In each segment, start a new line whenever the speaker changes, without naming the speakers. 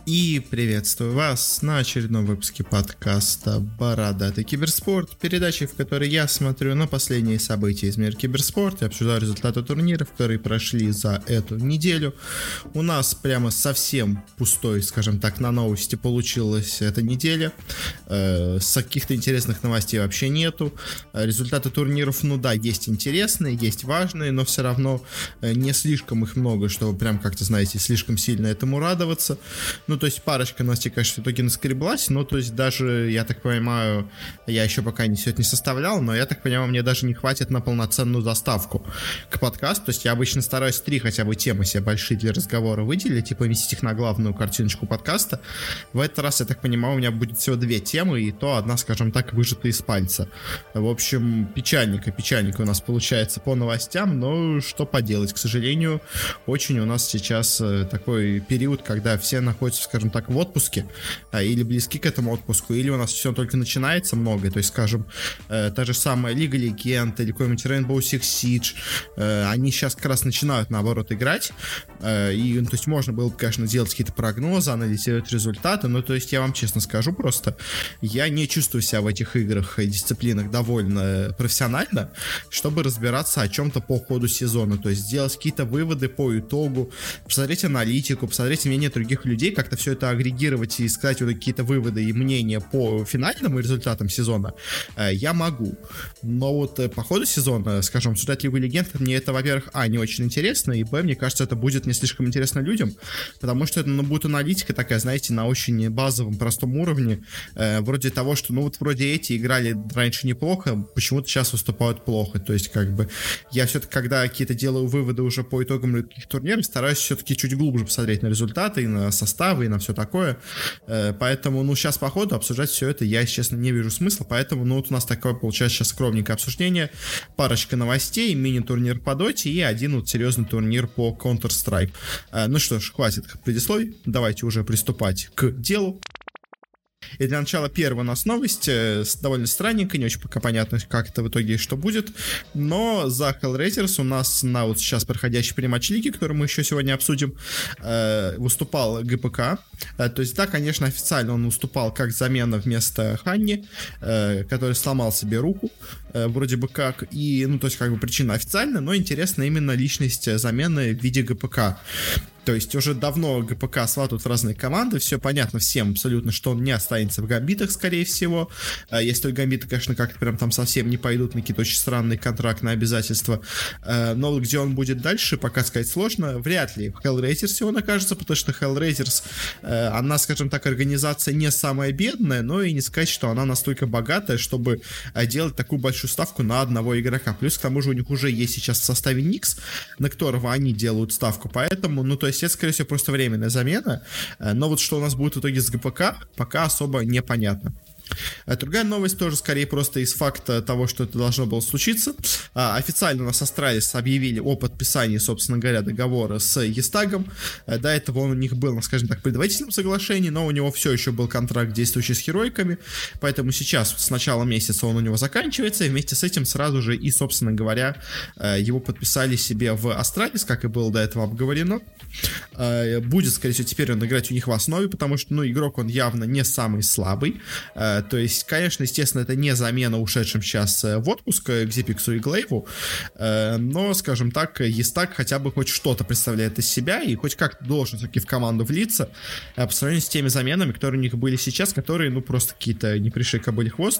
И приветствую вас на очередном выпуске подкаста «Бородатый киберспорт», передачи, в которой я смотрю на последние события из мира киберспорта и обсуждаю результаты турниров, которые прошли за эту неделю. У нас прямо совсем пустой, скажем так, на новости получилась эта неделя. С каких-то интересных новостей вообще нету. Результаты турниров, ну да, есть интересные, есть важные, но все равно не слишком их много, чтобы прям как-то, знаете, слишком сильно этому радоваться. Ну, то есть парочка новостей, конечно, в итоге наскреблась, но, то есть даже, я так понимаю, я еще пока не все это не составлял, но я так понимаю, мне даже не хватит на полноценную заставку к подкасту. То есть я обычно стараюсь 3 хотя бы темы себе большие для разговора выделить и поместить их на главную картиночку подкаста. В этот раз, я так понимаю, у меня будет всего 2 темы, и то одна, скажем так, выжата из пальца. В общем, печальненько у нас получается по новостям, но что поделать, к сожалению, очень у нас сейчас такой период, когда все находятся, скажем так, в отпуске, или близки к этому отпуску, или у нас все только начинается много, то есть, скажем, та же самая Лига Легенд или какой-нибудь Rainbow Six Siege, они сейчас как раз начинают, наоборот, играть, и, то есть, можно было бы, конечно, делать какие-то прогнозы, анализировать результаты, но, то есть, я вам честно скажу просто, я не чувствую себя в этих играх и дисциплинах довольно профессионально, чтобы разбираться о чем-то по ходу сезона, то есть, сделать какие-то выводы по итогу, посмотреть аналитику, посмотреть мнение других людей, как-то все это агрегировать и сказать вот какие-то выводы и мнения по финальным результатам сезона я могу. Но вот по ходу сезона, скажем, обсуждать Лигу Легенд, мне это, во-первых, не очень интересно, и, мне кажется, это будет не слишком интересно людям, потому что это будет аналитика такая, знаете, на очень базовом, простом уровне, вроде того, что, вроде эти играли раньше неплохо, почему-то сейчас выступают плохо. То есть, я все-таки, когда какие-то делаю выводы уже по итогам каких турниров, стараюсь все-таки чуть глубже посмотреть на результаты и на составы, и на все такое. Поэтому, сейчас по ходу обсуждать все это я, если честно, не вижу смысла. Поэтому, у нас такое получается сейчас скромненькое обсуждение. Парочка новостей, мини-турнир по доте и один серьезный турнир по Counter-Strike. Ну что ж, хватит предисловий. Давайте уже приступать к делу. И для начала первая у нас новость, довольно странненькая, не очень пока понятно, как это в итоге и что будет, но за Hellraisers у нас на сейчас проходящей прематч лиги, которую мы еще сегодня обсудим, выступал ГПК. То есть, да, конечно, официально он выступал как замена вместо Ханни, который сломал себе руку, вроде бы как, и, то есть, причина официальная, но интересна именно личность замены в виде ГПК. То есть уже давно ГПК сватают в разные команды, все понятно всем абсолютно, что он не останется в гамбитах, скорее всего. Если гамбиты, конечно, как-то прям там совсем не пойдут на какие-то очень странные контрактные обязательства. Но где он будет дальше, пока сказать сложно. Вряд ли в Hellraisers он окажется, потому что Hellraisers, она, скажем так, организация не самая бедная, но и не сказать, что она настолько богатая, чтобы делать такую большую ставку на одного игрока. Плюс к тому же у них уже есть сейчас в составе Никс, на которого они делают ставку, поэтому, то есть это, скорее всего, просто временная замена. Но вот что у нас будет в итоге с ГПК, пока особо непонятно. Другая новость тоже скорее просто из факта того, что это должно было случиться. Официально у нас Astralis объявили о подписании, собственно говоря, договора с Естагом. До этого он у них был, скажем так, предварительном соглашении, но у него все еще был контракт, действующий с Херойками, поэтому сейчас с начала месяца он у него заканчивается, и вместе с этим сразу же и, собственно говоря, его подписали себе в Astralis, как и было до этого обговорено. Будет, скорее всего, теперь он играть у них в основе, потому что, игрок он явно не самый слабый. То есть, конечно, естественно, это не замена ушедшим сейчас в отпуск к Зипиксу и Глейву, но, скажем так, Естаг хотя бы хоть что-то представляет из себя и хоть как-то должен все-таки в команду влиться по сравнению с теми заменами, которые у них были сейчас, которые, просто какие-то не пришли кобыле хвост,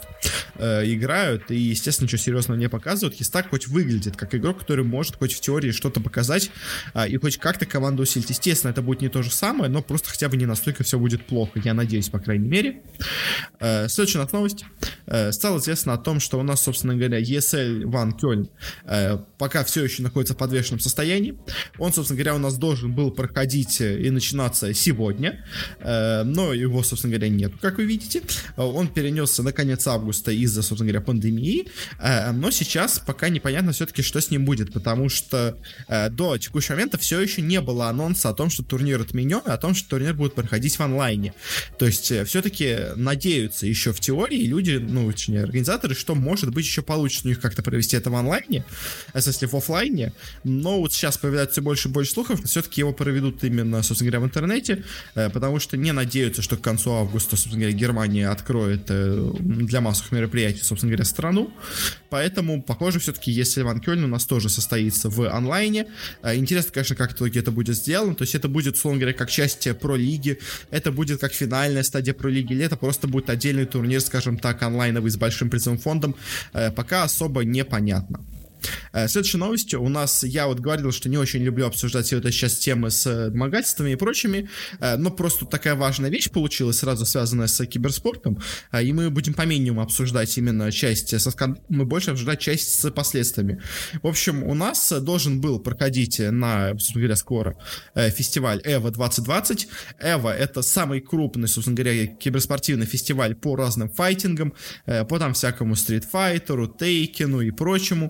играют и, естественно, ничего серьезного не показывают. Естаг хоть выглядит как игрок, который может хоть в теории что-то показать и хоть как-то команду усилить. Естественно, это будет не то же самое, но просто хотя бы не настолько все будет плохо, я надеюсь, по крайней мере. Следующая у нас новость. Стало известно о том, что у нас, собственно говоря, ESL One Köln пока все еще находится в подвешенном состоянии. Он, собственно говоря, у нас должен был проходить и начинаться сегодня, но его, собственно говоря, нет, как вы видите. Он перенесся на конец августа из-за, собственно говоря, пандемии, но сейчас пока непонятно все-таки, что с ним будет, потому что до текущего момента все еще не было анонса о том, что турнир отменен, и о том, что турнир будет проходить в онлайне. То есть все-таки надеются еще в теории люди, ну, точнее, организаторы, что может быть еще получится у них как-то провести это в онлайне, в смысле в офлайне, но вот сейчас появляется все больше и больше слухов, все-таки его проведут именно, собственно говоря, в интернете, потому что не надеются, что к концу августа, собственно говоря, Германия откроет для массовых мероприятий, собственно говоря, страну, поэтому, похоже, все-таки если Ван Кёльн у нас тоже состоится в онлайне, интересно, конечно, как в итоге это будет сделано, то есть это будет, условно говоря, как часть про-лиги, это будет как финальная стадия про-лиги, или это просто будет отдельный турнир, скажем так, онлайновый с большим призовым фондом, пока особо непонятно. Следующая новость у нас, я вот говорил, что не очень люблю обсуждать все это сейчас темы с домогательствами и прочими, но просто такая важная вещь получилась, сразу связанная с киберспортом, и мы будем по минимуму обсуждать именно часть со скандалом, мы больше обсуждать часть с последствиями. В общем, у нас должен был проходить на, собственно говоря, скоро фестиваль EVO 2020. EVO — это самый крупный, собственно говоря, киберспортивный фестиваль по разным файтингам, по там всякому стритфайтеру, тейкену и прочему.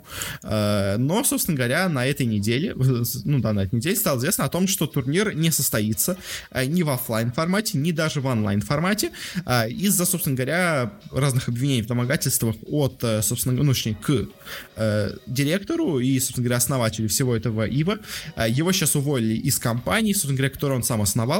Но, собственно говоря, на этой неделе, на этой неделе стало известно о том, что турнир не состоится ни в офлайн формате, ни даже в онлайн формате из-за, собственно говоря, разных обвинений в домогательствах от, собственно, к директору и, собственно говоря, основателю всего этого EVO. Его сейчас уволили из компании, собственно говоря, которую он сам основал,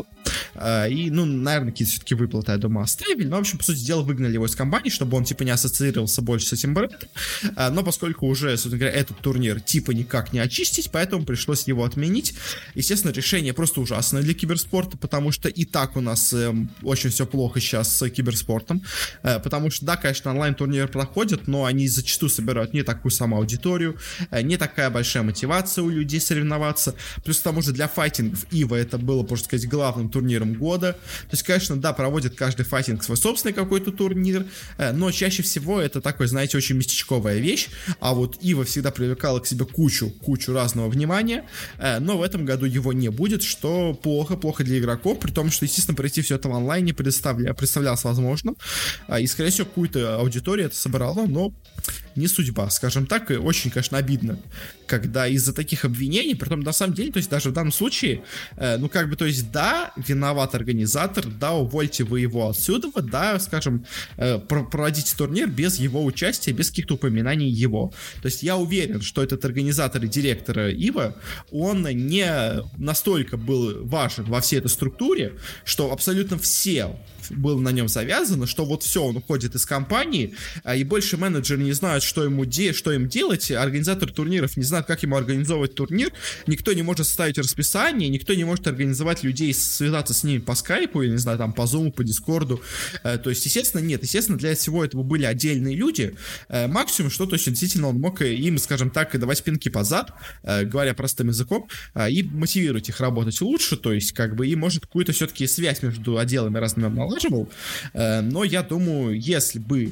и, наверное, какие-то все-таки выплаты, я думаю, оставили, но, в общем, по сути дела, выгнали его из компании, чтобы он, не ассоциировался больше с этим брендом, но поскольку уже, собственно говоря, этот турнир никак не очистить, поэтому пришлось его отменить. Естественно, решение просто ужасное для киберспорта, потому что и так у нас очень все плохо сейчас с киберспортом, потому что, да, конечно, онлайн-турниры проходят, но они зачастую собирают не такую саму аудиторию, не такая большая мотивация у людей соревноваться, плюс к тому же для файтингов EVO это было, можно сказать, главным турниром года, то есть, конечно, да, проводит каждый файтинг свой собственный какой-то турнир, но чаще всего это такой, знаете, очень местечковая вещь, а вот EVO всегда привлекала к себе кучу разного внимания, но в этом году его не будет, что плохо для игроков, при том, что, естественно, пройти все это в онлайне представлялось возможным, и, скорее всего, какую-то аудиторию это собрало, но не судьба, скажем так, и очень, конечно, обидно, когда из-за таких обвинений, притом, на самом деле, то есть даже в данном случае, то есть, да, виноват организатор, да, увольте вы его отсюда, да, скажем, проводите турнир без его участия, без каких-то упоминаний его. То есть я уверен, что этот организатор и директор EVO, он не настолько был важен во всей этой структуре, что абсолютно все было на нем завязано, что вот все, он уходит из компании, и больше менеджеры не знают, что им делать, организатор турниров не знает, как ему организовывать турнир, никто не может составить расписание, никто не может организовать людей, связаться с ними по скайпу, или, не знаю, там, по зуму, по дискорду, то есть, естественно, для всего этого были отдельные люди, максимум, что, то есть, действительно, он мог им, скажем так, давать пинки под зад, говоря простым языком, и мотивировать их работать лучше, то есть, и, может, какую-то все-таки связь между отделами разными налаживал, но я думаю, если бы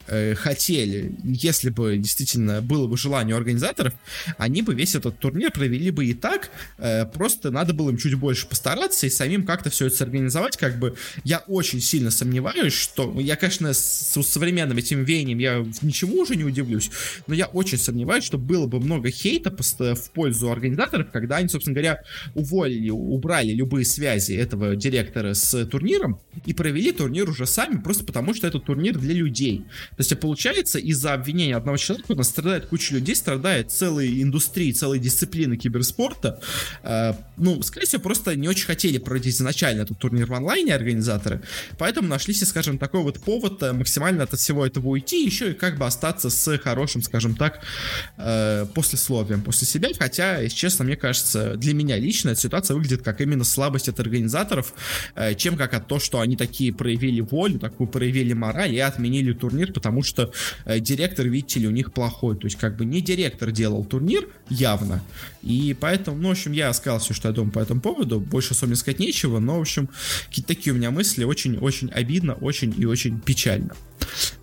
хотели, если бы действительно было бы желание у организаторов, они бы весь этот турнир провели бы и так, просто надо было им чуть больше постараться и самим как-то все это сорганизовать, я очень сильно сомневаюсь, что, я, конечно, с современным этим веянием я ничему уже не удивлюсь, но я очень сомневаюсь, что было бы много хейта в пользу организаторов, когда они, собственно говоря, убрали любые связи этого директора с турниром и провели турнир уже сами, просто потому что это турнир для людей. То есть, получается, из-за обвинения одного человека у нас страдает куча людей, страдает целая индустрия, целая дисциплина киберспорта. Скорее всего, просто не очень хотели проводить изначально этот турнир в онлайне организаторы, поэтому нашли себе, скажем, такой вот повод максимально от всего этого уйти, еще и остаться с хорошим, скажем так, послесловием после себя, хотя, если честно, мне кажется, для меня лично эта ситуация выглядит как именно слабость от организаторов, чем как от того, что они такие проявили волю, такую проявили мораль и отменили турнир, потому что директор, видите ли, у них плохой. То есть, не директор делал турнир, явно. И поэтому, в общем, я сказал все, что я думаю по этому поводу. Больше особенно сказать нечего, но, в общем, какие-то такие у меня мысли. Очень-очень обидно, очень и очень печально.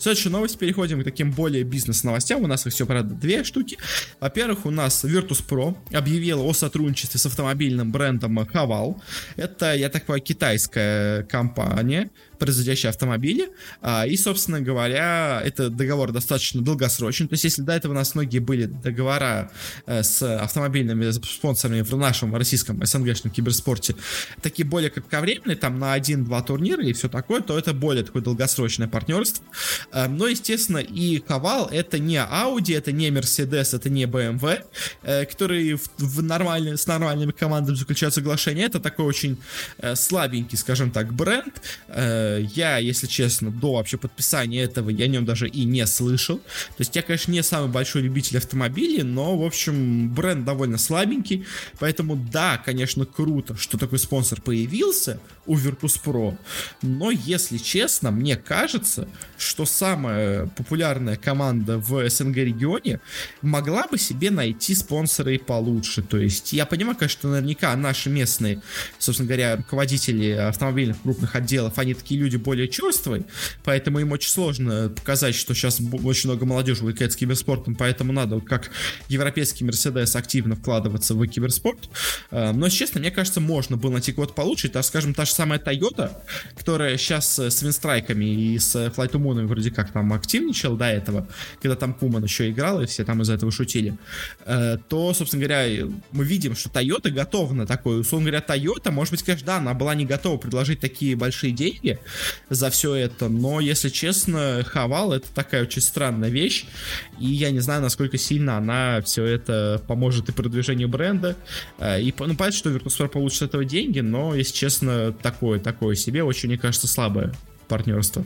Следующая новость, переходим к таким более бизнес-новостям. У нас их все, правда, 2 штуки. Во-первых, у нас Virtus.pro объявила о сотрудничестве с автомобильным брендом Haval. Это, я так понимаю, китайская компания, производящая автомобили. И, собственно говоря, это договор достаточно долгосрочный. То есть, если до этого у нас многие были договора с автомобильными спонсорами в нашем российском СНГшном киберспорте, такие более кратковременные, там на 1-2 турнира и все такое, то это более такое долгосрочное партнерство. Но, естественно, и Haval — это не Audi, это не Mercedes, это не BMW, которые с нормальными командами заключают соглашение. Это такой очень слабенький, скажем так, бренд. Я, если честно, до вообще подписания этого я о нем даже и не слышал. То есть я, конечно, не самый большой любитель автомобилей, но, в общем, бренд довольно слабенький. Поэтому, да, конечно, круто, что такой спонсор появился у Virtus.pro. Но, если честно, мне кажется, что самая популярная команда в СНГ-регионе могла бы себе найти спонсора и получше. То есть я понимаю, конечно, что наверняка наши местные, собственно говоря, руководители автомобильных крупных отделов, они такие люди более черствые, поэтому им очень сложно показать, что сейчас очень много молодежи увлекается киберспортом, поэтому надо, вот как европейский Мерседес, активно вкладываться в киберспорт. Но, честно, мне кажется, можно было найти кого-то получше. Так, скажем, та же самая Toyota, которая сейчас с Винстрайками и с Flight to Moon вроде как там активничал до этого, когда там Куман еще играл, и все там из-за этого шутили, то, собственно говоря, мы видим, что Toyota готова на такое. Условно говоря, Toyota, может быть, конечно, да, она была не готова предложить такие большие деньги за все это, но, если честно, Haval — это такая очень странная вещь, и я не знаю, насколько сильно она все это поможет и продвижению бренда, и, понятно, что Virtus.pro получит с этого деньги, но, если честно, такое себе, очень, мне кажется, слабое партнерство.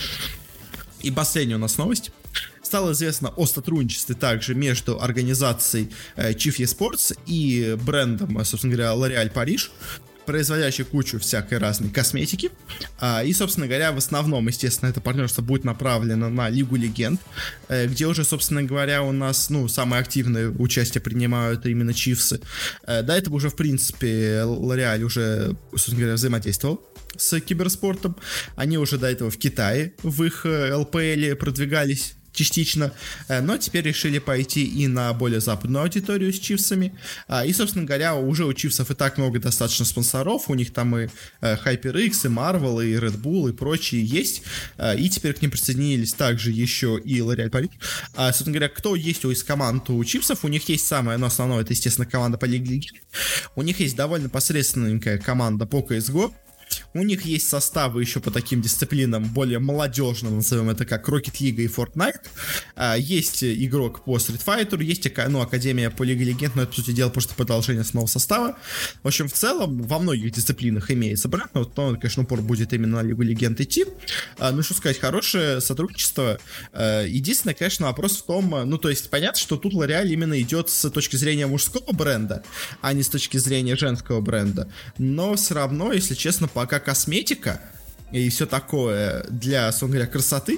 И последняя у нас новость. Стало известно о сотрудничестве также между организацией Chief eSports и брендом, собственно говоря, L'Oréal Paris, производящий кучу всякой разной косметики. И, собственно говоря, в основном, естественно, это партнерство будет направлено на Лигу Легенд, где уже, собственно говоря, у нас, самое активное участие принимают именно Чифсы. До этого уже, в принципе, L'Oréal уже, собственно говоря, взаимодействовал с киберспортом. Они уже до этого в Китае в их ЛПЛ продвигались частично, но теперь решили пойти и на более западную аудиторию с Чифсами. И, собственно говоря, уже у Чифсов и так много достаточно спонсоров, у них там и HyperX, и Marvel, и Red Bull, и прочие есть, и теперь к ним присоединились также еще и L'Oréal Paris. Собственно говоря, кто есть из команд у Чифсов, у них есть самая, но основное, это, естественно, команда по Лиге Легенд. У них есть довольно посредственненькая команда по CSGO. У них есть составы еще по таким дисциплинам более молодежным, назовем это как Rocket League и Fortnite. Есть игрок по Street Fighter, есть Академия по Лиге Легенд, но это, по сути дела, просто продолжение основного состава. В общем, в целом, во многих дисциплинах имеется бренд, но, конечно, упор будет именно на Лигу Легенд идти. Ну, что сказать, хорошее сотрудничество. Единственное, конечно, вопрос в том, то есть понятно, что тут L'Oréal именно идет с точки зрения мужского бренда, а не с точки зрения женского бренда. Но все равно, если честно, пока косметика и все такое для, собственно говоря, красоты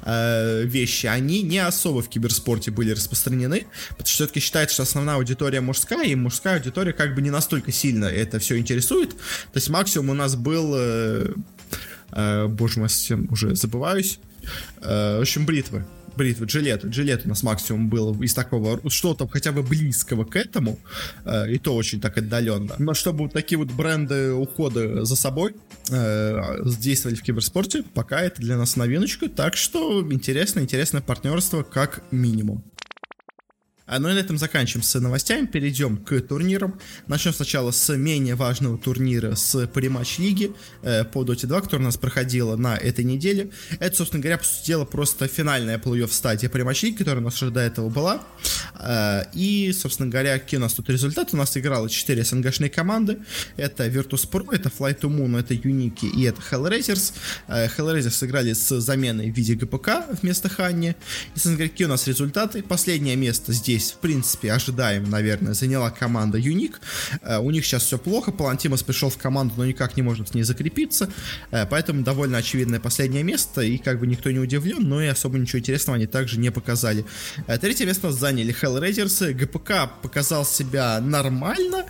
вещи, они не особо в киберспорте были распространены, потому что все-таки считается, что основная аудитория мужская, и мужская аудитория как бы не настолько сильно это все интересует. То есть максимум у нас был, боже мой, совсем уже забываюсь, в общем, бритвы, Джилет у нас максимум был из такого, что-то хотя бы близкого к этому, и то очень так отдаленно. Но чтобы вот такие вот бренды ухода за собой действовали в киберспорте, пока это для нас новиночка, так что интересное партнерство как минимум. Ну и на этом заканчиваем с новостями, перейдем к турнирам. Начнем сначала с менее важного турнира, с прематч лиги по Dota 2, которая у нас проходила на этой неделе. Это, собственно говоря, по сути дела, просто финальная плей-офф стадия прематч лиги, которая у нас уже до этого была. И, собственно говоря, какие у нас тут результаты? У нас играло 4 СНГшные команды. Это Virtus.pro, это Flight to Moon, это Unique и это Hellraisers. Hellraisers сыграли с заменой в виде ГПК вместо Ханни. И, собственно говоря, какие у нас результаты? Последнее место здесь здесь, в принципе, ожидаем, наверное, заняла команда Юник. У них сейчас все плохо, Палантимос пришел в команду, но никак не может с ней закрепиться, поэтому довольно очевидное последнее место, и как бы никто не удивлен, но и особо ничего интересного они также не показали. Третье место заняли Hellraisers. ГПК показал себя нормально,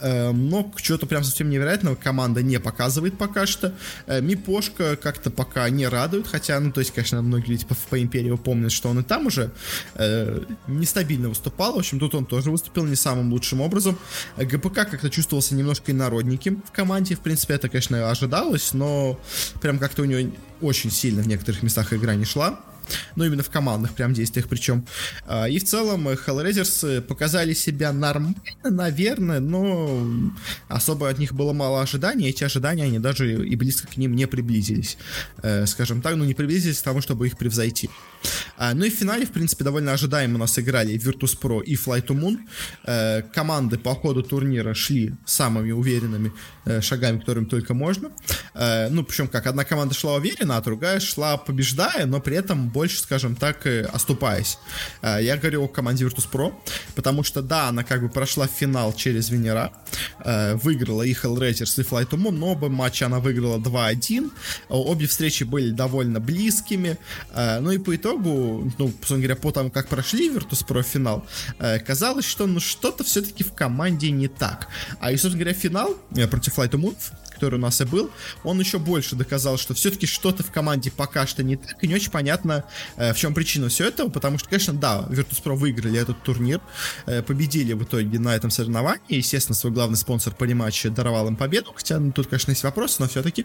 но чего-то прям совсем невероятного команда не показывает пока что. Мипошка как-то пока не радует, хотя, ну, то есть, конечно, многие люди по Империи помнят, что он и там уже нестабильно выступал. В общем, тут он тоже выступил не самым лучшим образом. ГПК как-то чувствовался немножко инородненьким в команде. В принципе, это, конечно, ожидалось, но прям как-то у него очень сильно в некоторых местах игра не шла. Ну, именно в командных прям действиях причем. И в целом Hellraisers показали себя нормально, наверное, но особо от них было мало ожиданий. Эти ожидания, они даже и близко к ним не приблизились. Скажем так, ну, не приблизились к тому, чтобы их превзойти. Ну и в финале, в принципе, довольно ожидаемо у нас играли Virtus.pro и Fly2Moon. Команды по ходу турнира шли самыми уверенными шагами, которыми только можно. Ну, причем как, одна команда шла уверенно, а другая шла побеждая, но при этом больше, скажем так, оступаясь. Я говорю о команде Virtus.pro, потому что, да, она как бы прошла финал через Венера, выиграла и Hellraisers, и Fly2Moon, но оба матча она выиграла 2-1, обе встречи были довольно близкими, ну и по итогу, ну, собственно говоря, по тому, как прошли Virtus.pro финал, казалось, что, ну, что-то все-таки в команде не так. И, собственно говоря, финал против Fly2Moon, который у нас и был, он еще больше доказал, что все-таки что-то в команде пока что не так, и не очень понятно, в чем причина всего этого, потому что, конечно, да, Virtus.pro выиграли этот турнир, победили в итоге на этом соревновании, естественно, свой главный спонсор по рематчу даровал им победу, хотя, ну, тут, конечно, есть вопросы, но все-таки.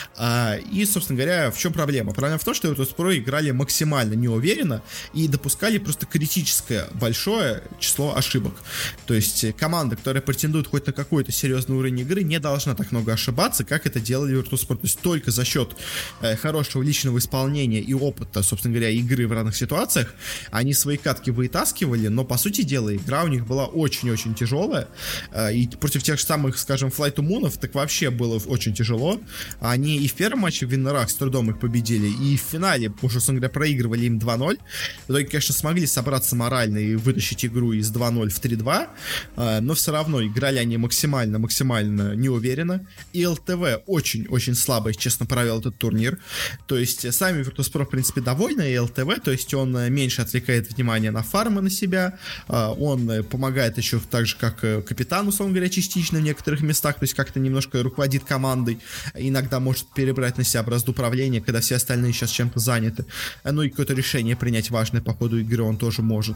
И, собственно говоря, в чем проблема? Проблема в том, что Virtus.pro играли максимально неуверенно и допускали просто критическое большое число ошибок. То есть команда, которая претендует хоть на какой-то серьезный уровень игры, не должна так много ошибаться, как это делали Virtus.pro. То есть только за счет хорошего личного исполнения и опыта, собственно говоря, игры в разных ситуациях, они свои катки вытаскивали, но, по сути дела, игра у них была очень-очень тяжелая, и против тех же самых, скажем, Fly2Moon'ов так вообще было очень тяжело. Они и в первом матче в Виннерах с трудом их победили, и в финале, уже, собственно говоря, проигрывали им 2-0. В итоге, конечно, смогли собраться морально и вытащить игру из 2-0 в 3-2, но все равно играли они максимально неуверенно, и ЛТВ очень-очень слабо, честно, провел этот турнир. То есть сами Virtus.pro, в принципе, довольны, и ЛТВ, то есть он меньше отвлекает внимание на фармы на себя, он помогает еще так же, как капитану, условно говоря, частично в некоторых местах, то есть как-то немножко руководит командой, иногда может перебрать на себя бразду управления, когда все остальные сейчас чем-то заняты, ну и какое-то решение принять важное по ходу игры он тоже может.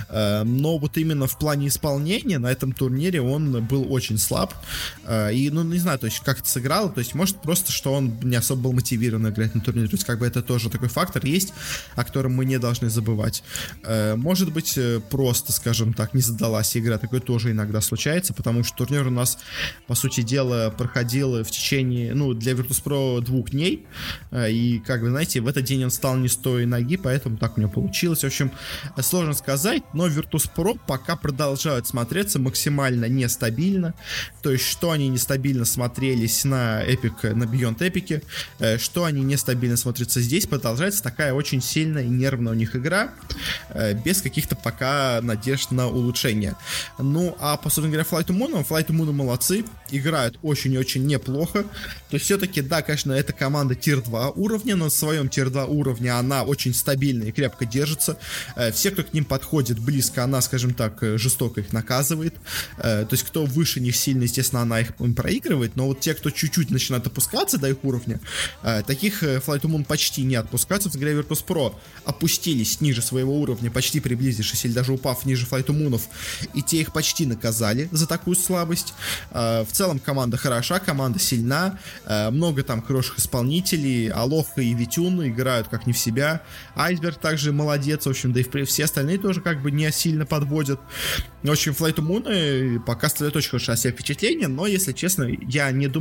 Но вот именно в плане исполнения на этом турнире он был очень слаб, и, ну, не знаю, то есть как это сыграло, то есть может просто, что он не особо был мотивирован играть на турнире, то есть как бы это тоже такой фактор есть, о котором мы не должны забывать. Может быть, просто, скажем так, не задалась игра, такое тоже иногда случается, потому что турнир у нас, по сути дела, проходил в течение, ну, для Virtus.pro 2 дней, и, как вы знаете, в этот день он стал не с той ноги, поэтому так у него получилось. В общем, сложно сказать, но Virtus.pro пока продолжают смотреться максимально нестабильно, то есть что они нестабильно смотрелись на Epic, на Beyond Epic, что они нестабильно смотрятся здесь, продолжается такая очень сильная и нервная у них игра, без каких-то пока надежд на улучшение. Ну, а по сути говоря, Fly2Moon молодцы, играют очень и очень неплохо, то есть все-таки, да, конечно, эта команда тир 2 уровня, но на своем тир 2 уровне она очень стабильна и крепко держится, все, кто к ним подходит близко, она, скажем так, жестоко их наказывает, то есть кто выше них сильно, естественно, она им проигрывает, но вот те, кто чуть-чуть начинает опускаться до их уровня, таких Fly2Moon почти не отпускаются. В игре Virtus.pro опустились ниже своего уровня, почти приблизившись или даже упав ниже Fly2Moon'ов, и те их почти наказали за такую слабость. В целом команда хороша, команда сильна, много там хороших исполнителей, Алоха и Витюн играют как не в себя, Айсберг также молодец, в общем, да и все остальные тоже как бы не сильно подводят. В общем, Fly2Moon пока оставляют очень хорошее о себе впечатление, но, если честно, я не думаю,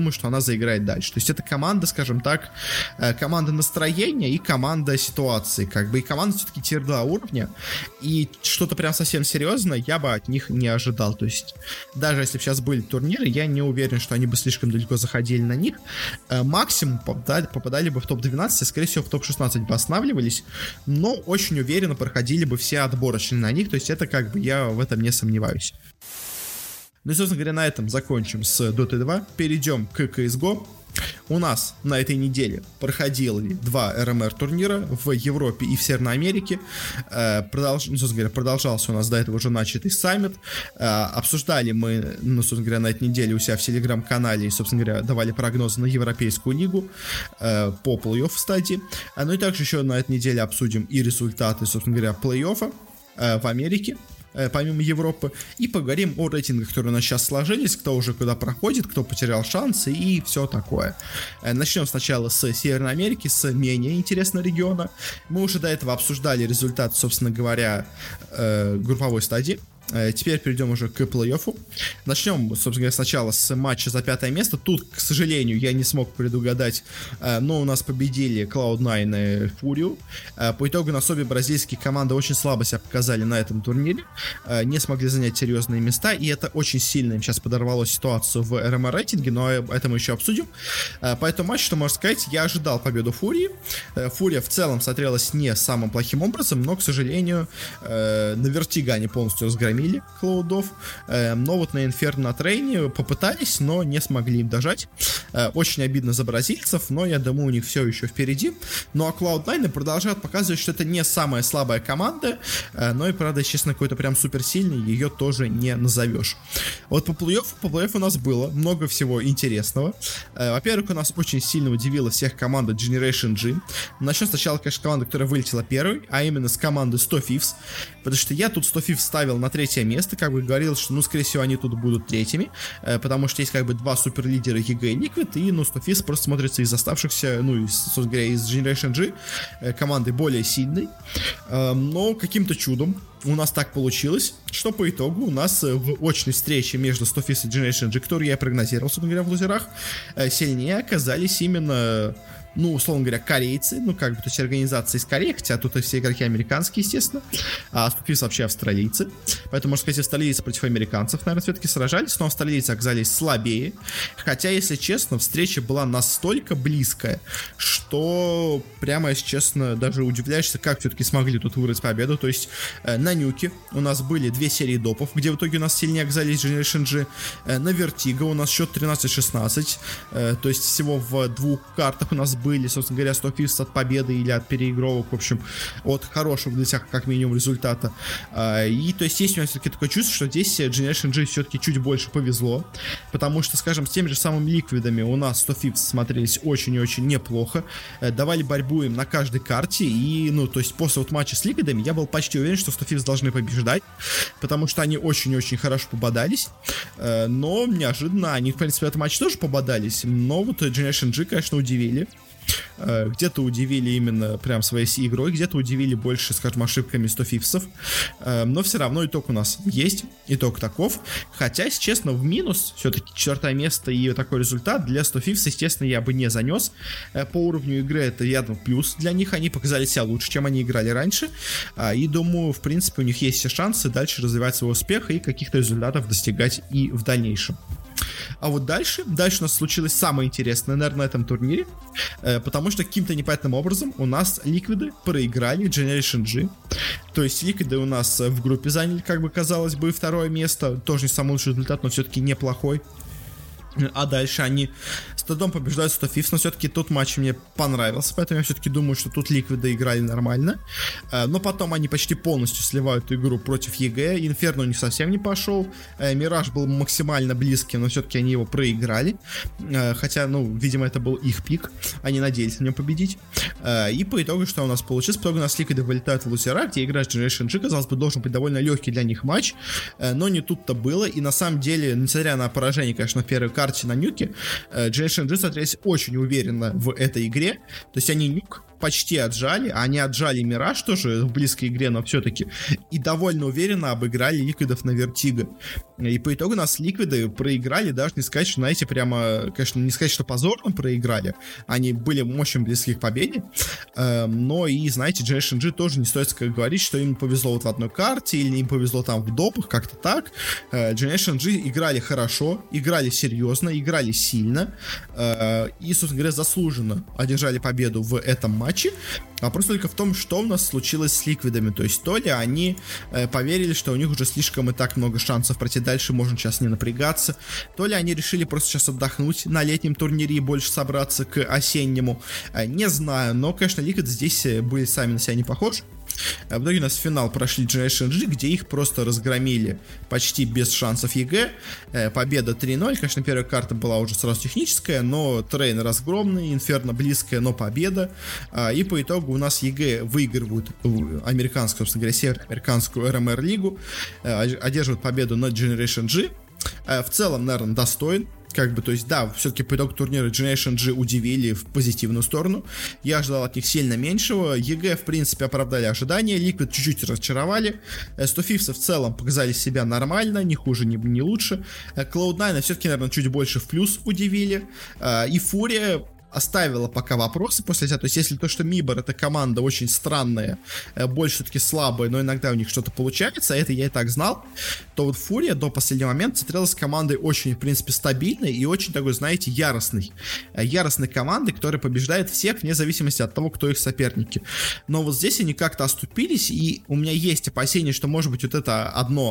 думаю, что она заиграет дальше. То есть это команда, скажем так, команда настроения и команда ситуации, как бы, и команда все-таки тир-2 уровня, и что-то прям совсем серьезное я бы от них не ожидал. То есть даже если бы сейчас были турниры, я не уверен, что они бы слишком далеко заходили на них. Максимум попадали бы в топ-12, а скорее всего в топ-16 бы останавливались, но очень уверенно проходили бы все отборочные на них, то есть это как бы я в этом не сомневаюсь. Ну и, собственно говоря, на этом закончим с Dota 2, перейдем к CSGO. У нас на этой неделе проходили 2 РМР турнира в Европе и в Северной Америке. Продолжался у нас до этого уже начатый саммит. Обсуждали мы, собственно говоря, на этой неделе у себя в телеграм-канале и, собственно говоря, давали прогнозы на Европейскую лигу по плей-офф стадии. Ну и также еще на этой неделе обсудим и результаты, собственно говоря, плей-оффа в Америке, помимо Европы, и поговорим о рейтингах, которые у нас сейчас сложились, кто уже куда проходит, кто потерял шансы и все такое. Начнем сначала с Северной Америки, с менее интересного региона. Мы уже до этого обсуждали результат, собственно говоря, групповой стадии. Теперь перейдем уже к плей-оффу. Начнем, собственно говоря, сначала с матча за 5 место. Тут, к сожалению, я не смог предугадать, но у нас победили Cloud9 и Фурию. По итогу у нас обе бразильские команды очень слабо себя показали на этом турнире, не смогли занять серьезные места, и это очень сильно им сейчас подорвало ситуацию в РМР рейтинге, но это мы еще обсудим. По этому матчу, что можно сказать, я ожидал победу Фурии. Фурия в целом смотрелась не самым плохим образом, но, к сожалению, на Вертига они полностью разгромили Клоудов, но вот на Инферно Трейне попытались, но не смогли им дожать. Очень обидно за бразильцев, но я думаю, у них все еще впереди. Ну а Cloud9 продолжают показывать, что это не самая слабая команда, но и, правда, честно, какой-то прям суперсильный ее тоже не назовешь. Вот по плей-оффу у нас было много всего интересного. Во-первых, у нас очень сильно удивила всех команда Generation G. Начнем сначала, конечно, команда, которая вылетела первой, а именно с команды 100 Thieves, потому что я тут 100 Thieves ставил на 3 место, как бы говорил, что, скорее всего, они тут будут третьими, потому что есть, как бы, 2 суперлидера ЕГЭ и Liquid, и, 100 Thieves просто смотрится из оставшихся, собственно говоря, из Generation G команды более сильной, но каким-то чудом у нас так получилось, что по итогу у нас в очной встрече между 100 Thieves и Generation G, которую я прогнозировал, собственно говоря, в лузерах, сильнее оказались именно, условно говоря, корейцы, то есть организации из Кореи, хотя тут и все игроки американские, естественно, а 100 Thieves вообще австралийцы, поэтому, можно сказать, австралийцы против американцев, наверное, все-таки сражались, но австралийцы оказались слабее, хотя, если честно, встреча была настолько близкая, что, прямо, если честно, даже удивляешься, как все-таки смогли тут вырвать победу. То есть на Нюке у нас были 2 серии допов, где в итоге у нас сильнее оказались Generation G, на Вертиго у нас счет 13-16, то есть всего в 2 картах у нас были, собственно говоря, 100 Thieves от победы или от переигровок, в общем, от хорошего для всех, как минимум, результата. И, то есть, есть у нас все-таки такое чувство, что здесь Generation G все-таки чуть больше повезло, потому что, скажем, с теми же самыми ликвидами у нас 100 Thieves смотрелись очень и очень неплохо, давали борьбу им на каждой карте, и, то есть, после вот матча с ликвидами я был почти уверен, что 100 Thieves должны побеждать, потому что они очень-очень хорошо пободались, но неожиданно они, в принципе, в этом матче тоже пободались, но вот Generation G, конечно, удивили. Где-то удивили именно прям своей игрой, где-то удивили больше, скажем, ошибками 100 Thieves, но все равно итог у нас есть, итог таков, хотя, если честно, в минус все-таки 4 место и такой результат для 100 Thieves, естественно, я бы не занес. По уровню игры это явно плюс для них, они показали себя лучше, чем они играли раньше, и думаю, в принципе, у них есть все шансы дальше развивать свой успех и каких-то результатов достигать и в дальнейшем. А вот дальше у нас случилось самое интересное, наверное, на этом турнире, потому что каким-то непонятным образом у нас ликвиды проиграли Generation G. То есть ликвиды у нас в группе заняли, как бы казалось бы, 2 место, тоже не самый лучший результат, но все-таки неплохой. А дальше они с трудом побеждают 100 Thieves, но все-таки тот матч мне понравился, поэтому я все-таки думаю, что тут ликвиды играли нормально. Но потом они почти полностью сливают игру против ЕГЭ, Инферно у них совсем не пошел, Мираж был максимально близким, но все-таки они его проиграли, хотя, видимо, это был их пик, они надеялись на нем победить. И по итогу, что у нас получилось? По итогу у нас ликвиды вылетают в лузера, где играет Generation G, казалось бы, должен быть довольно легкий для них матч, но не тут-то было, и на самом деле, несмотря на поражение, конечно, в первой карте на Нюке, Generation G смотрелись очень уверенно в этой игре, то есть они Нюк почти отжали, они отжали Мираж тоже в близкой игре, но все-таки, и довольно уверенно обыграли Ликвидов на Вертиго. И по итогу нас Ликвиды проиграли, даже не сказать, что, знаете, прямо, конечно, не сказать, что позорно проиграли, они были очень близки к победе, но и, знаете, Generation G тоже не стоит говорить, что им повезло вот в одной карте, или им повезло там в допах, как-то так. Generation G играли хорошо, играли серьезно, играли сильно, и, собственно говоря, заслуженно одержали победу в этом матче. Вопрос только в том, что у нас случилось с Ликвидами. То есть то ли они поверили, что у них уже слишком и так много шансов пройти дальше, можно сейчас не напрягаться, то ли они решили просто сейчас отдохнуть на летнем турнире и больше собраться к осеннему. Не знаю, но, конечно, Ликвиды здесь были сами на себя не похожи. В итоге у нас в финал прошли Generation G, где их просто разгромили почти без шансов ЕГЭ. Победа 3-0. Конечно, первая карта была уже сразу техническая, но Трейн разгромный, Инферно близкая, но победа. И по итогу у нас ЕГЭ выигрывают американскую, собственно говоря, североамериканскую РМР-лигу, одерживают победу над Generation G. В целом, наверное, достоин. Как бы, то есть, да, все-таки по итогу турнира Generation G удивили в позитивную сторону. Я ожидал от них сильно меньшего. ЕГЭ, в принципе, оправдали ожидания. Liquid чуть-чуть разочаровали. 100 Thieves в целом показали себя нормально, не хуже, не лучше. Cloud9 все-таки, наверное, чуть больше в плюс удивили. И Фурия оставила пока вопросы после этого. То есть, если то, что Мибор — это команда очень странная, больше все-таки слабая, но иногда у них что-то получается, это я и так знал, то вот Фурия до последнего момента смотрелась командой очень, в принципе, стабильной и очень такой, знаете, яростной командой, которая побеждает всех вне зависимости от того, кто их соперники. Но вот здесь они как-то оступились, и у меня есть опасение, что, может быть, вот это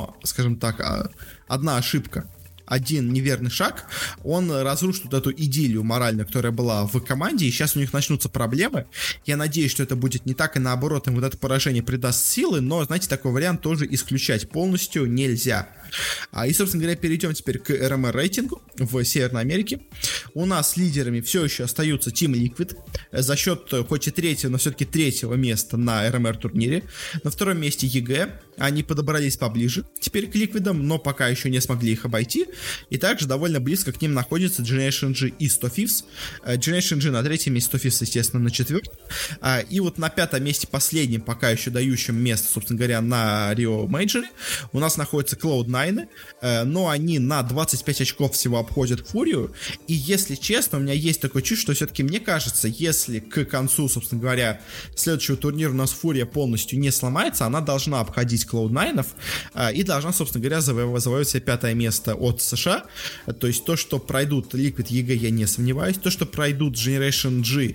одна ошибка, один неверный шаг, он разрушит вот эту идиллию моральную, которая была в команде, и сейчас у них начнутся проблемы. Я надеюсь, что это будет не так, и наоборот, им вот это поражение придаст силы, но, знаете, такой вариант тоже исключать полностью нельзя. И, собственно говоря, перейдем теперь к РМР рейтингу в Северной Америке. У нас лидерами все еще остаются Team Liquid за счет хоть и третьего, но все-таки третьего места на РМР турнире. На втором месте ЕГЭ. Они подобрались поближе теперь к Ликвидам, но пока еще не смогли их обойти. И также довольно близко к ним находится Generation G и 100 Thieves. Generation G на третьем месте, 100 Thieves, естественно, на четвертом. И вот на пятом месте, последнем, пока еще дающем место, собственно говоря, на Rio Major, у нас находится Cloud9, но они на 25 очков всего обходят Фурию. И если честно, у меня есть такое чувство, что все-таки мне кажется, если к концу, собственно говоря, следующего турнира у нас Фурия полностью не сломается, она должна обходить Cloud9 и должна, собственно говоря, завоевать себе пятое место от США. То есть то, что пройдут Liquid, EG, я не сомневаюсь. То, что пройдут Generation G,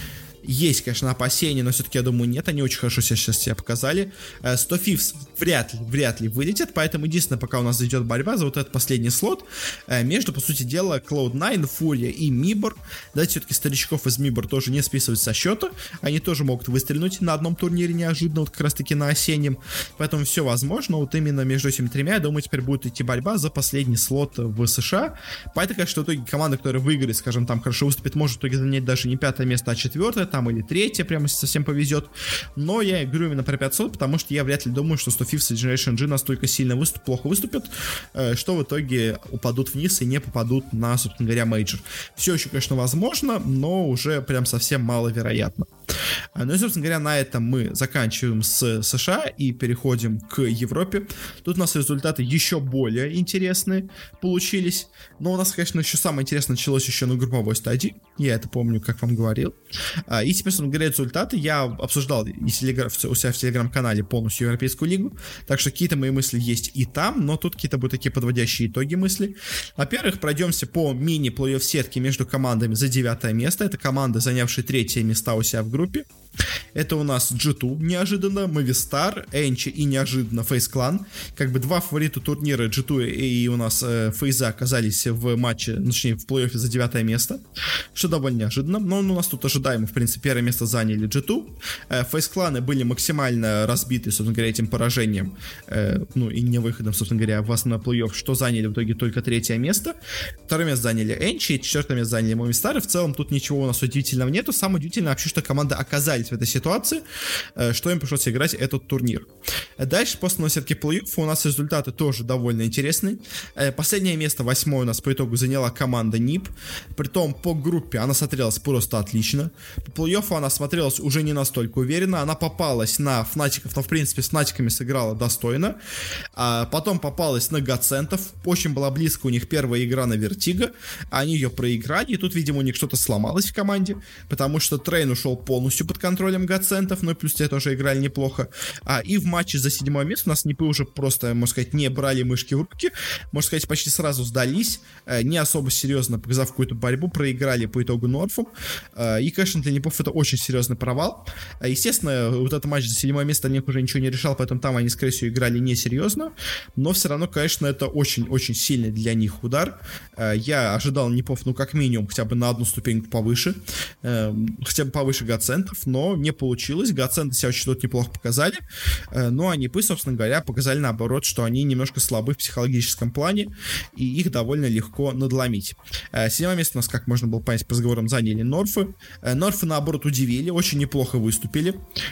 есть, конечно, опасения, но все-таки, я думаю, нет, они очень хорошо сейчас себя показали. 100 Thieves вряд ли вылетят, поэтому единственное, пока у нас идет борьба за вот этот последний слот между, по сути дела, Cloud9, Фурия и Мибор. Давайте все-таки старичков из Мибор тоже не списывать со счета, они тоже могут выстрелить на одном турнире неожиданно, вот как раз-таки на осеннем, поэтому все возможно, вот именно между этими тремя, я думаю, теперь будет идти борьба за последний слот в США. Поэтому, конечно, в итоге команда, которая выиграет, скажем, там хорошо выступит, может в итоге занять даже не пятое место, а четвертое, там или третье, прямо если совсем повезет. Но я говорю именно про 500, потому что я вряд ли думаю, что 100 Thieves и Generation G настолько сильно плохо выступят, что в итоге упадут вниз и не попадут на, собственно говоря, мейджор. Все еще, конечно, возможно, но уже прям совсем маловероятно. Ну и, собственно говоря, на этом мы заканчиваем с США и переходим к Европе. Тут у нас результаты еще более интересные получились. Но у нас, конечно, еще самое интересное началось еще на групповой стадии. Я это помню, как вам говорил. И теперь, собственно говоря, результаты я обсуждал у себя в телеграм-канале полностью Европейскую лигу. Так что какие-то мои мысли есть и там, но тут какие-то будут такие подводящие итоги мысли. Во-первых, пройдемся по мини-плей-офф сетке между командами за 9 место. Это команды, занявшие 3 места у себя в группе. Это у нас G2 неожиданно, Movistar, Энчи и неожиданно FaZe Clan. Как бы два фаворита турнира, G2 и у нас FaZe оказались в матче, точнее в плей-оффе за 9 место, что довольно неожиданно. Но у нас тут ожидаемо, в принципе, первое место заняли G2. FaZe Clan были максимально разбиты, собственно говоря, этим поражением, ну и не выходом, собственно говоря, в основной плей-офф, что заняли в итоге только 3 место. Второе место заняли Энчи, 4 место заняли Movistar. В целом тут ничего у нас удивительного нету. Самое удивительное вообще, что команды оказались в этой ситуации ситуации, что им пришлось играть этот турнир. Дальше, после на сетке плей-офф, у нас результаты тоже довольно интересные. Последнее место, 8-е, у нас по итогу заняла команда НИП. Притом по группе она смотрелась просто отлично. По плей-оффу она смотрелась уже не настолько уверенно. Она попалась на Фнатиков, но в принципе с Фнатиками сыграла достойно. Потом попалась на Гацентов. Очень была близко у них первая игра на Вертиго. Они ее проиграли, и тут, видимо, у них что-то сломалось в команде, потому что Трейн ушел полностью под контролем Гацентов, но и плюс те тоже играли неплохо. И в матче за 7-е место у нас НИПы уже просто, можно сказать, не брали мышки в руки, можно сказать, почти сразу сдались, не особо серьезно показав какую-то борьбу, проиграли по итогу Норфом. И, конечно, для НИПов это очень серьезный провал. Естественно, вот этот матч за 7-е место для них уже ничего не решал, поэтому там они, скорее всего, играли несерьезно, но все равно, конечно, это очень-очень сильный для них удар. Я ожидал НИПов, ну, как минимум, хотя бы на одну ступеньку повыше, хотя бы повыше Гацентов, но не получилось. Гаценты себя очень тут неплохо показали, ну, а НИПы, собственно говоря, показали наоборот, что они немножко слабы в психологическом плане, и их довольно легко надломить. 7-е место у нас, как можно было понять по разговорам, заняли Норфы. Норфы, наоборот, удивили, очень неплохо выступили,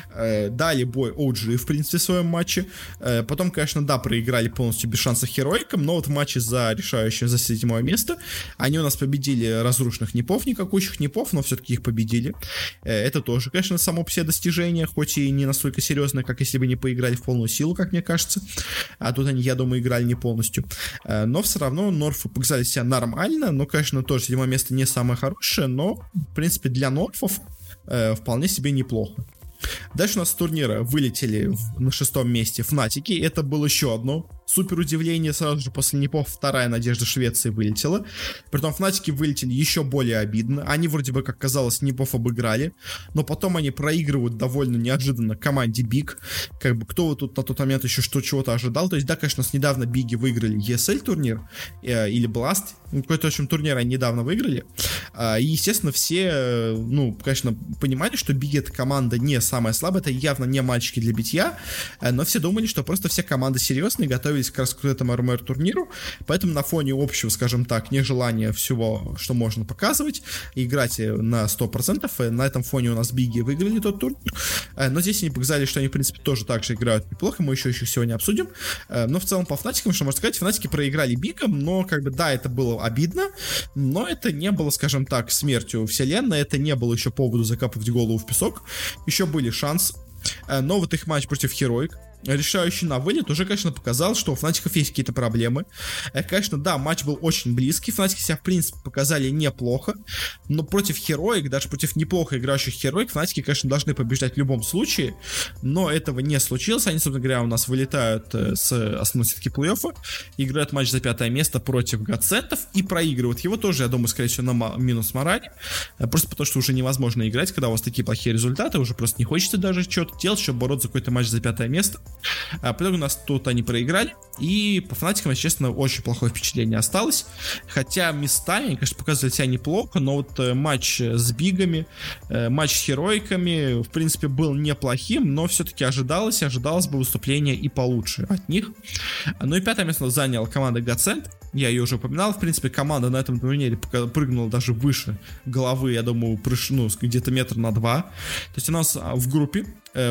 дали бой OG, в принципе, в своем матче. Потом, конечно, да, проиграли полностью без шансов Хероикам, но вот в матче за решающее, за 7-е место, они у нас победили разрушенных НИПов, никакущих НИПов, но все-таки их победили. Это тоже, конечно, само по себе достижение, хоть и не настолько серьезное, как если бы не поиграли в полную силу, как мне кажется. А тут они, я думаю, играли не полностью. Но все равно Норфы показали себя нормально, но, конечно, тоже 7-е место не самое хорошее, но, в принципе, для Норфов вполне себе неплохо. Дальше у нас с турнира вылетели на 6-м месте Фнатики. Это было еще одно супер удивление. Сразу же после НИПов вторая надежда Швеции вылетела. Притом Фнатики вылетели еще более обидно. Они вроде бы, как казалось, НИПов обыграли, но потом они проигрывают довольно неожиданно команде Биг. Как бы кто тут на тот момент еще чего-то ожидал. То есть, да, конечно, недавно Биги выиграли ESL турнир или Blast. Какой-то, в общем, турнир они недавно выиграли. И, естественно, все, ну, конечно, понимали, что Биги — это команда не самая слабая, это явно не мальчики для битья, но все думали, что просто все команды серьезные, готовились как раз к этому РМР турниру, поэтому на фоне общего, скажем так, нежелания всего, что можно показывать, играть на 100%, на этом фоне у нас Биги выиграли тот турнир, но здесь они показали, что они, в принципе, тоже так же играют неплохо, мы еще их сегодня обсудим, но в целом по Фнатикам, что можно сказать, Фнатики проиграли Бигам, но, как бы, да, это было обидно, но это не было, скажем так, смертью вселенной, это не было еще поводу закапывать голову в песок, еще были шансы, но вот их матч против Heroic, решающий на вылет, уже, конечно, показал, что у Фнатиков есть какие-то проблемы. Конечно, да, матч был очень близкий, Фнатики себя, в принципе, показали неплохо, но против Heroic, даже против неплохо играющих Heroic, Фнатики, конечно, должны побеждать в любом случае, но этого не случилось. Они, собственно говоря, у нас вылетают с основной сетки плей-оффа, играют матч за 5-е место против Гацентов и проигрывают его тоже, я думаю, скорее всего, на минус морали, просто потому что уже невозможно играть, когда у вас такие плохие результаты, уже просто не хочется даже что-то делать, чтобы бороться за какой-то матч за 5-е место. По итогу у нас тут они проиграли, и по Фнатикам, если честно, очень плохое впечатление осталось, хотя местами, они, конечно, показывали себя неплохо, но вот матч с Бигами, матч с Хероиками, в принципе, был неплохим, но все-таки ожидалось бы выступление и получше от них. Ну и 5-е место заняла команда Гацент. Я ее уже упоминал, в принципе, команда на этом турнире прыгнула даже выше головы, я думаю, где-то метр на 2. То есть у нас в группе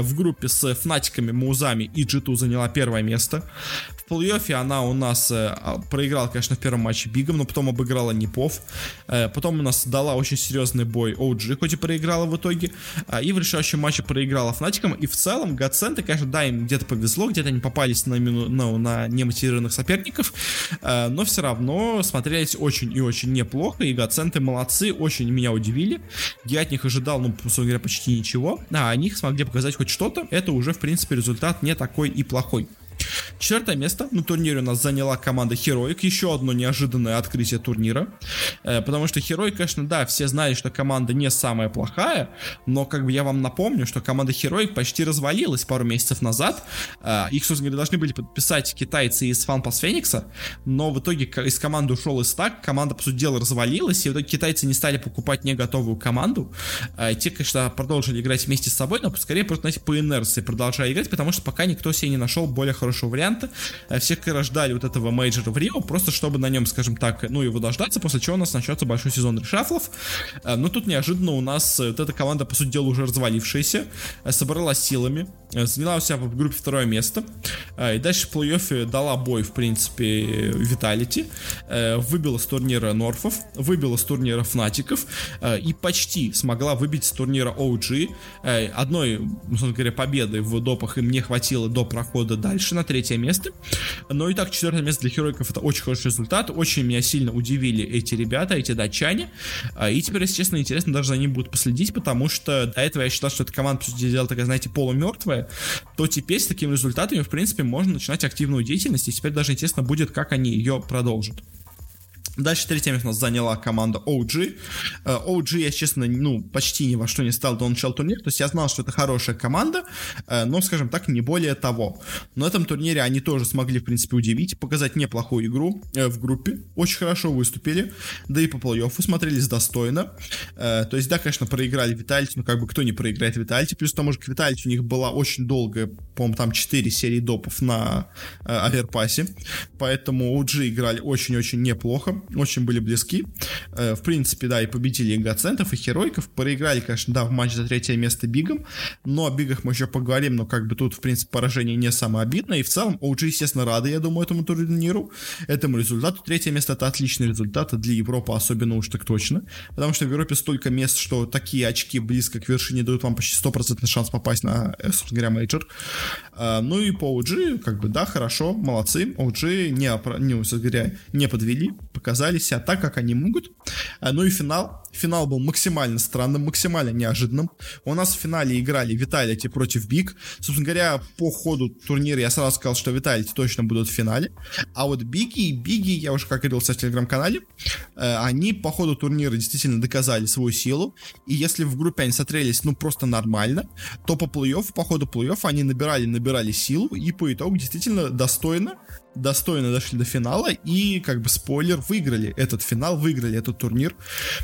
с Фнатиками, Маузами и G2 заняла 1-е место. В плей-оффе она у нас проиграла, конечно, в первом матче Бигом, но потом обыграла НИПов. Потом у нас дала очень серьезный бой OG, хоть и проиграла в итоге. И в решающем матче проиграла Фнатикам. И в целом Гаценты, конечно, да, им где-то повезло, где-то они попались на немотивированных соперников, но все равно смотрелись очень и очень неплохо, и Гаценты молодцы, очень меня удивили. Я от них ожидал, ну, собственно говоря, почти ничего, а они смогли показать хоть что-то, это уже, в принципе, результат не такой и плохой. 4-е место на турнире у нас заняла команда Heroic, еще одно неожиданное открытие турнира, потому что Heroic, конечно, да, все знали, что команда не самая плохая, но как бы я вам напомню, что команда Heroic почти развалилась пару месяцев назад, их, собственно говоря, должны были подписать китайцы из FunPass Phoenix, но в итоге из команды ушел Истак, команда, по сути дела, развалилась, и в итоге китайцы не стали покупать не готовую команду, те, конечно, продолжили играть вместе с собой, но скорее просто, знаете, по инерции продолжали играть, потому что пока никто себе не нашел более хорошего варианта. Все как раз ждали вот этого мейджора в Рио, просто чтобы на нем, скажем так, ну, его дождаться, после чего у нас начнется большой сезон решафлов. Но тут неожиданно у нас вот эта команда, по сути дела, уже развалившаяся, собралась силами, заняла у себя в группе второе место, и дальше в плей-оффе дала бой, в принципе, Vitality, выбила с турнира Норфов, выбила с турнира Фнатиков и почти смогла выбить с турнира OG. Одной, условно говоря, победы в допах им не хватило до прохода дальше на третье место. Но и так, четвертое место для Херойков — это очень хороший результат. Очень меня сильно удивили эти ребята, эти датчане. И теперь, если честно, интересно даже за ним будут последить, потому что до этого я считал, что эта команда, по сути дела, такая, знаете, полумертвая. То теперь с такими результатами, в принципе, можно начинать активную деятельность. И теперь даже интересно будет, как они ее продолжат. Дальше третье место у нас заняла команда OG. OG я, честно, почти ни во что не стал до начала турнира. То есть я знал, что это хорошая команда, но, скажем так, не более того. На этом турнире они тоже смогли, в принципе, удивить, показать неплохую игру в группе. Очень хорошо выступили, да и по плей-оффу смотрелись достойно. То есть, да, конечно, проиграли Vitality, но как бы кто не проиграет Vitality. Плюс к тому же Vitality у них была очень долгая, по-моему, там 4 серии допов на оверпассе. Поэтому OG играли очень-очень неплохо. Очень были близки. В принципе, да, и победили Гацентов, и Херойков. Проиграли, конечно, да, в матче за третье место Бигом. Но о Бигах мы еще поговорим, но как бы тут, в принципе, поражение не самое обидное. И в целом OG, естественно, рады, я думаю, этому турниру, этому результату. Третье место — это отличный результат для Европы, особенно уж так точно. Потому что в Европе столько мест, что такие очки близко к вершине дают вам почти 100% шанс попасть на, собственно говоря, мейджор. Ну и по OG, как бы, да, хорошо, молодцы. OG не подвели, показали себя так, как они могут. Ну и финал. Финал был максимально странным, максимально неожиданным. У нас в финале играли Vitality против Big. Собственно говоря, по ходу турнира я сразу сказал, что Vitality точно будут в финале. А вот Биги, я уже как говорил в телеграм-канале, они по ходу турнира действительно доказали свою силу. И если в группе они смотрелись, просто нормально, то по ходу плей-оффа они набирали силу и по итогу действительно достойно дошли до финала и, как бы, спойлер, выиграли этот финал, выиграли этот турнир.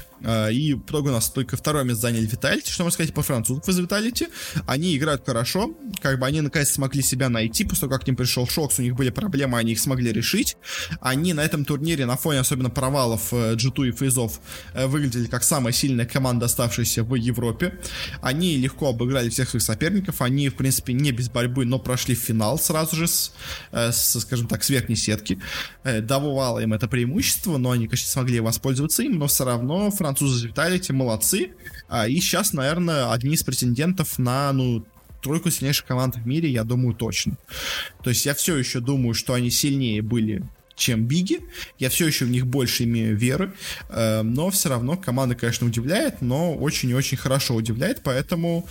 И в итоге у нас только второе место заняли Vitality. Что можно сказать по французам из Vitality? Они играют хорошо, как бы они наконец смогли себя найти. После того, как к ним пришел Шокс, у них были проблемы, они их смогли решить. Они на этом турнире, на фоне особенно провалов G2 и Фейзов, выглядели как самая сильная команда, оставшаяся в Европе. Они легко обыграли всех своих соперников. Они, в принципе, не без борьбы, но прошли в финал сразу же скажем так, с верхней сетки. Давало им это преимущество, но они, конечно, смогли воспользоваться им, но все равно французы Vitality молодцы. И сейчас, наверное, одни из претендентов на, тройку сильнейших команд в мире, я думаю, точно. То есть я все еще думаю, что они сильнее были, чем Биги. Я все еще в них больше имею веры. Но все равно команда, конечно, удивляет, но очень и очень хорошо удивляет. Поэтому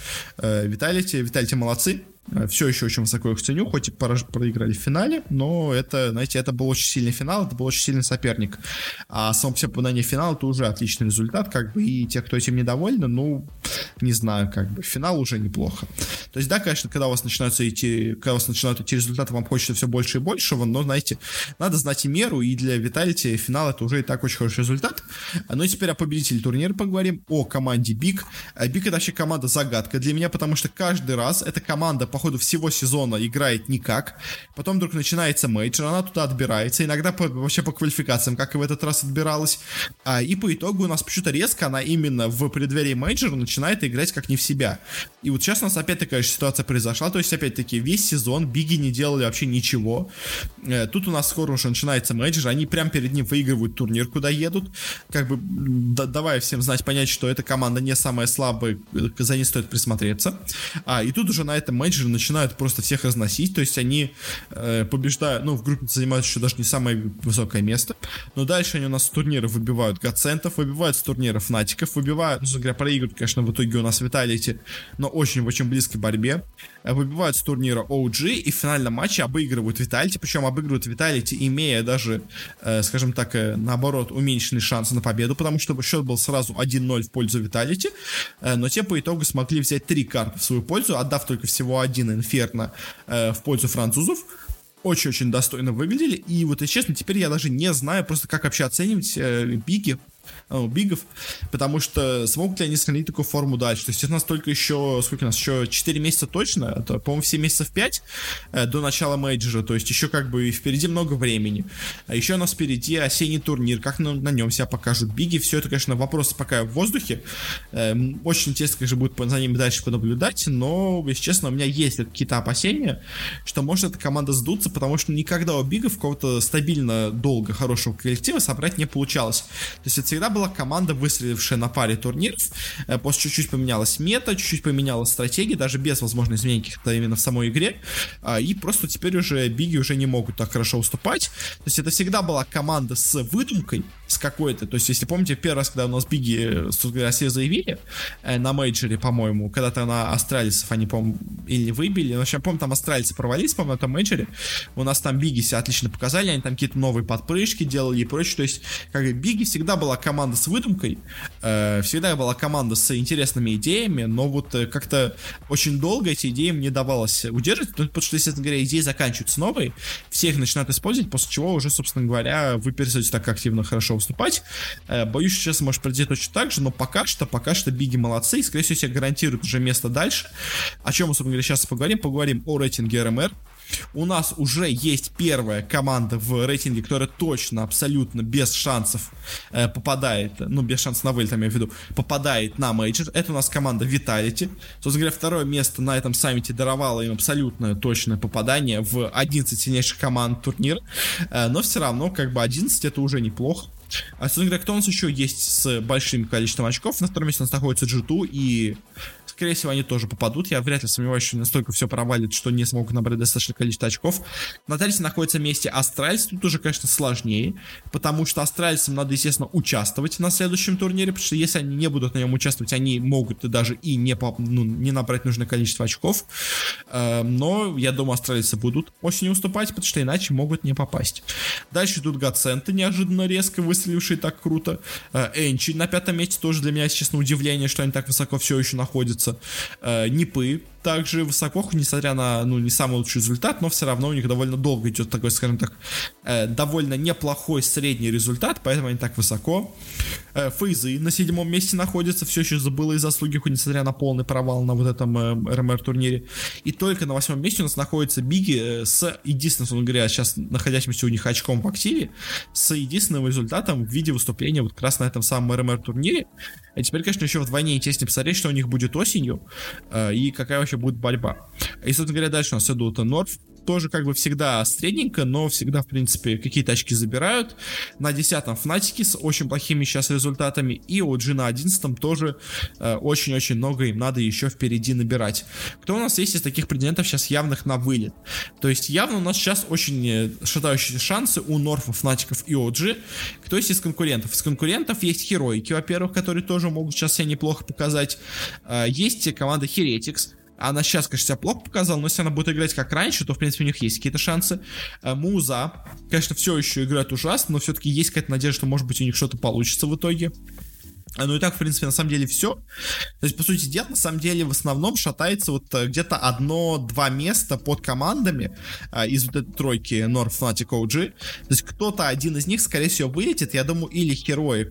Vitality молодцы. Все еще очень высоко их ценю, хоть и проиграли в финале, но это, знаете, это был очень сильный финал, это был очень сильный соперник. А само по себе попадание в финал — это уже отличный результат, как бы, и те, кто этим недовольны, не знаю, как бы, финал уже неплохо. То есть, да, конечно, когда у вас начинают идти результаты, вам хочется все больше и большего, но, знаете, надо знать и меру, и для Vitality финал — это уже и так очень хороший результат. Ну и теперь о победителе турнира поговорим, о команде Big. Big — это вообще команда-загадка для меня, потому что каждый раз эта команда по ходу всего сезона играет никак, потом вдруг начинается мейджор, она туда отбирается, иногда вообще по квалификациям, как и в этот раз отбиралась, и по итогу у нас почему-то резко она именно в преддверии мейджора начинает играть как не в себя. И вот сейчас у нас опять такая же ситуация произошла, то есть опять-таки весь сезон Биги не делали вообще ничего. Тут у нас скоро уже начинается мейджор, они прямо перед ним выигрывают турнир, куда едут, как бы давая всем знать, понять, что эта команда не самая слабая, за ней стоит присмотреться. И тут уже на этом мейджоре начинают просто всех разносить, то есть они побеждают, в группе занимают еще даже не самое высокое место, но дальше они у нас с турнира выбивают Гацентов, выбивают с турнира Фнатиков, выбивают, проигрывают, конечно, в итоге у нас Vitality, но очень-очень близкой борьбе, выбивают с турнира OG и в финальном матче обыгрывают Vitality, причем обыгрывают Vitality, имея даже, скажем так, наоборот, уменьшенный шанс на победу, потому что счет был сразу 1-0 в пользу Vitality, но те по итогу смогли взять 3 карты в свою пользу, отдав только всего один Инферно в пользу французов. Очень-очень достойно выглядели. И вот, если честно, теперь я даже не знаю просто, как вообще оценивать Биги. бигов, потому что смогут ли они сохранить такую форму дальше. То есть это у нас только еще, сколько у нас, еще 4 месяца точно, это, по-моему, все месяцев 5 до начала мейджора, то есть еще как бы впереди много времени. А еще у нас впереди осенний турнир, как на нем себя покажут биги, все это, конечно, вопросы пока в воздухе. Очень интересно, конечно, будет за ними дальше понаблюдать, но, если честно, у меня есть какие-то опасения, что может эта команда сдуться, потому что никогда у бигов какого-то стабильно, долго, хорошего коллектива собрать не получалось. То есть это всегда была команда, выстрелившая на паре турниров, после чуть-чуть поменялась мета, чуть-чуть поменялась стратегия, даже без, возможно, изменений каких-то именно в самой игре, и просто теперь уже биги уже не могут так хорошо уступать. То есть это всегда была команда с выдумкой, с какой-то, то есть если помните, первый раз, когда у нас биги, собственно говоря, все заявили на мейджоре, по-моему, когда-то на астралисов они, по-моему, или выбили, но я помню, там астральцы провалились, по-моему, на этом мейджоре, у нас там биги себя отлично показали, они там какие-то новые подпрыжки делали и прочее, то есть как бы биги всегда была команда с выдумкой, всегда была команда с интересными идеями, но вот как-то очень долго эти идеи им не давалось удерживать, потому что, естественно говоря, идеи заканчиваются новые, все их начинают использовать, после чего уже, собственно говоря, вы перестаете так активно хорошо выступать. Боюсь, что сейчас может произойти точно так же, но пока что биги молодцы и, скорее всего, себе гарантируют уже место дальше. О чем мы, собственно говоря, сейчас поговорим о рейтинге РМР. У нас уже есть первая команда в рейтинге, которая точно, абсолютно без шансов попадает, ну, без шансов на вылет, я имею в виду, попадает на мейджор. Это у нас команда Vitality. Собственно говоря, второе место на этом саммите даровало им абсолютно точное попадание в 11 сильнейших команд турнира. Но все равно, как бы 11 это уже неплохо. А, собственно говоря, кто у нас еще есть с большим количеством очков? На втором месте у нас находится G2, и, скорее всего, они тоже попадут. Я вряд ли сомневаюсь, что настолько все провалит, что не смогут набрать достаточное количество очков. На третьем находится вместе Астральс. Тут уже, конечно, сложнее, потому что Астральсам надо, естественно, участвовать на следующем турнире, потому что если они не будут на нем участвовать, они могут даже и не набрать нужное количество очков. Но, я думаю, Астральсы будут очень уступать, потому что иначе могут не попасть. Дальше идут Гаценты, неожиданно резко выстрелившие так круто. Энчи на пятом месте тоже для меня, если честно, удивление, что они так высоко все еще находятся. Нипы также высоко, несмотря на, не самый лучший результат, но все равно у них довольно долго идет такой, скажем так, довольно неплохой средний результат, поэтому они так высоко. Фейзы на седьмом месте находятся, все еще забыло из заслуги, хоть несмотря на полный провал на вот этом РМР турнире. И только на восьмом месте у нас находятся биги с единственным, говоря, сейчас находящимся у них очком в активе, с единственным результатом в виде выступления вот как раз на этом самом РМР турнире. И теперь, конечно, еще вдвойне интереснее посмотреть, что у них будет осенью и какая вообще будет борьба. И, собственно говоря, дальше у нас идут Норф. Тоже как бы всегда средненько, но всегда, в принципе, какие-то очки забирают. На 10-м Фнатики с очень плохими сейчас результатами. И OG на 11-м тоже очень-очень много им надо еще впереди набирать. Кто у нас есть из таких претендентов сейчас явных на вылет? То есть явно у нас сейчас очень шатающиеся шансы у Норфов, Фнатиков и OG. Кто есть из конкурентов? Из конкурентов есть Хероики, во-первых, которые тоже могут сейчас себя неплохо показать. Есть команда Heretics. Она сейчас, конечно, себя плохо показала, но если она будет играть как раньше, то, в принципе, у них есть какие-то шансы. Муза, конечно, все еще играет ужасно, но все-таки есть какая-то надежда, что, может быть, у них что-то получится в итоге. Ну и так, в принципе, на самом деле все. То есть, по сути дела, на самом деле, в основном шатается вот где-то 1-2 места под командами из вот этой тройки North, Fnatic, OG. То есть, кто-то один из них, скорее всего, вылетит. Я думаю, или Heroic,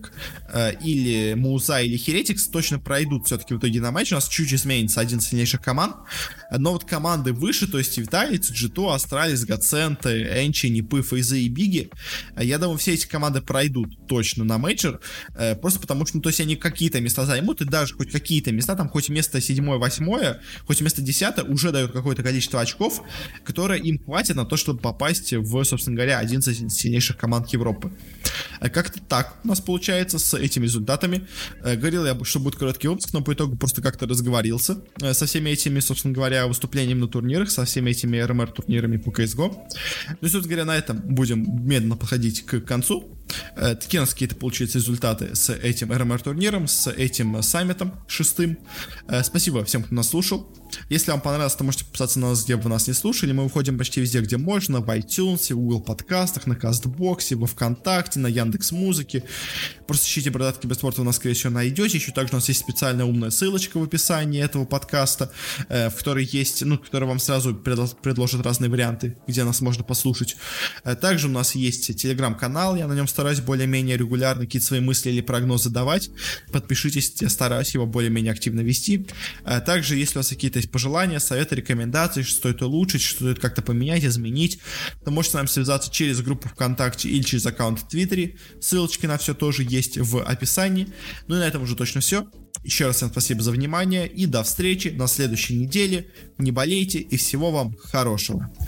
или Муза, или Heretics точно пройдут все-таки в итоге на матч. У нас чуть-чуть изменится один из сильнейших команд. Но вот команды выше, то есть Vitality, G2, Astralis, Гаценты, Энчи, Нипы, Фейзы и Биги, я думаю, все эти команды пройдут точно на мейджор. Просто потому что, то есть они какие-то места займут, и даже хоть какие-то места, там хоть место 7-8, хоть место 10 уже дают какое-то количество очков, которое им хватит на то, чтобы попасть в, собственно говоря, 11 сильнейших команд Европы. Как-то так у нас получается с этими результатами. Говорил я, что будет короткий выпуск, но по итогу просто как-то разговорился со всеми этими, собственно говоря, выступлениями на турнирах, со всеми этими РМР-турнирами по CSGO. Ну и, собственно говоря, на этом будем медленно подходить к концу. Такие у нас какие-то получаются результаты с этим РМР-турниром, с этим саммитом 6-м. Спасибо всем, кто нас слушал. Если вам понравилось, то можете подписаться на нас, где бы вы нас не слушали. Мы выходим почти везде, где можно. В iTunes, в Google подкастах, на Кастбоксе, во Вконтакте, на Яндекс.Музыке. Просто ищите «Бородатый киберспорт», вы нас, скорее всего, найдете. Еще также у нас есть специальная умная ссылочка в описании этого подкаста, в которой есть, которая вам сразу предложит разные варианты, где нас можно послушать. Также у нас есть телеграм-канал, я на нем стараюсь более-менее регулярно какие-то свои мысли или прогнозы давать. Подпишитесь, я стараюсь его более-менее активно вести. Также, если у вас какие-то есть пожелания, советы, рекомендации, что стоит улучшить, что стоит как-то поменять, изменить, то можете с нами связаться через группу ВКонтакте или через аккаунт в Твиттере. Ссылочки на все тоже есть в описании. Ну и на этом уже точно все. Еще раз всем спасибо за внимание и до встречи на следующей неделе. Не болейте и всего вам хорошего.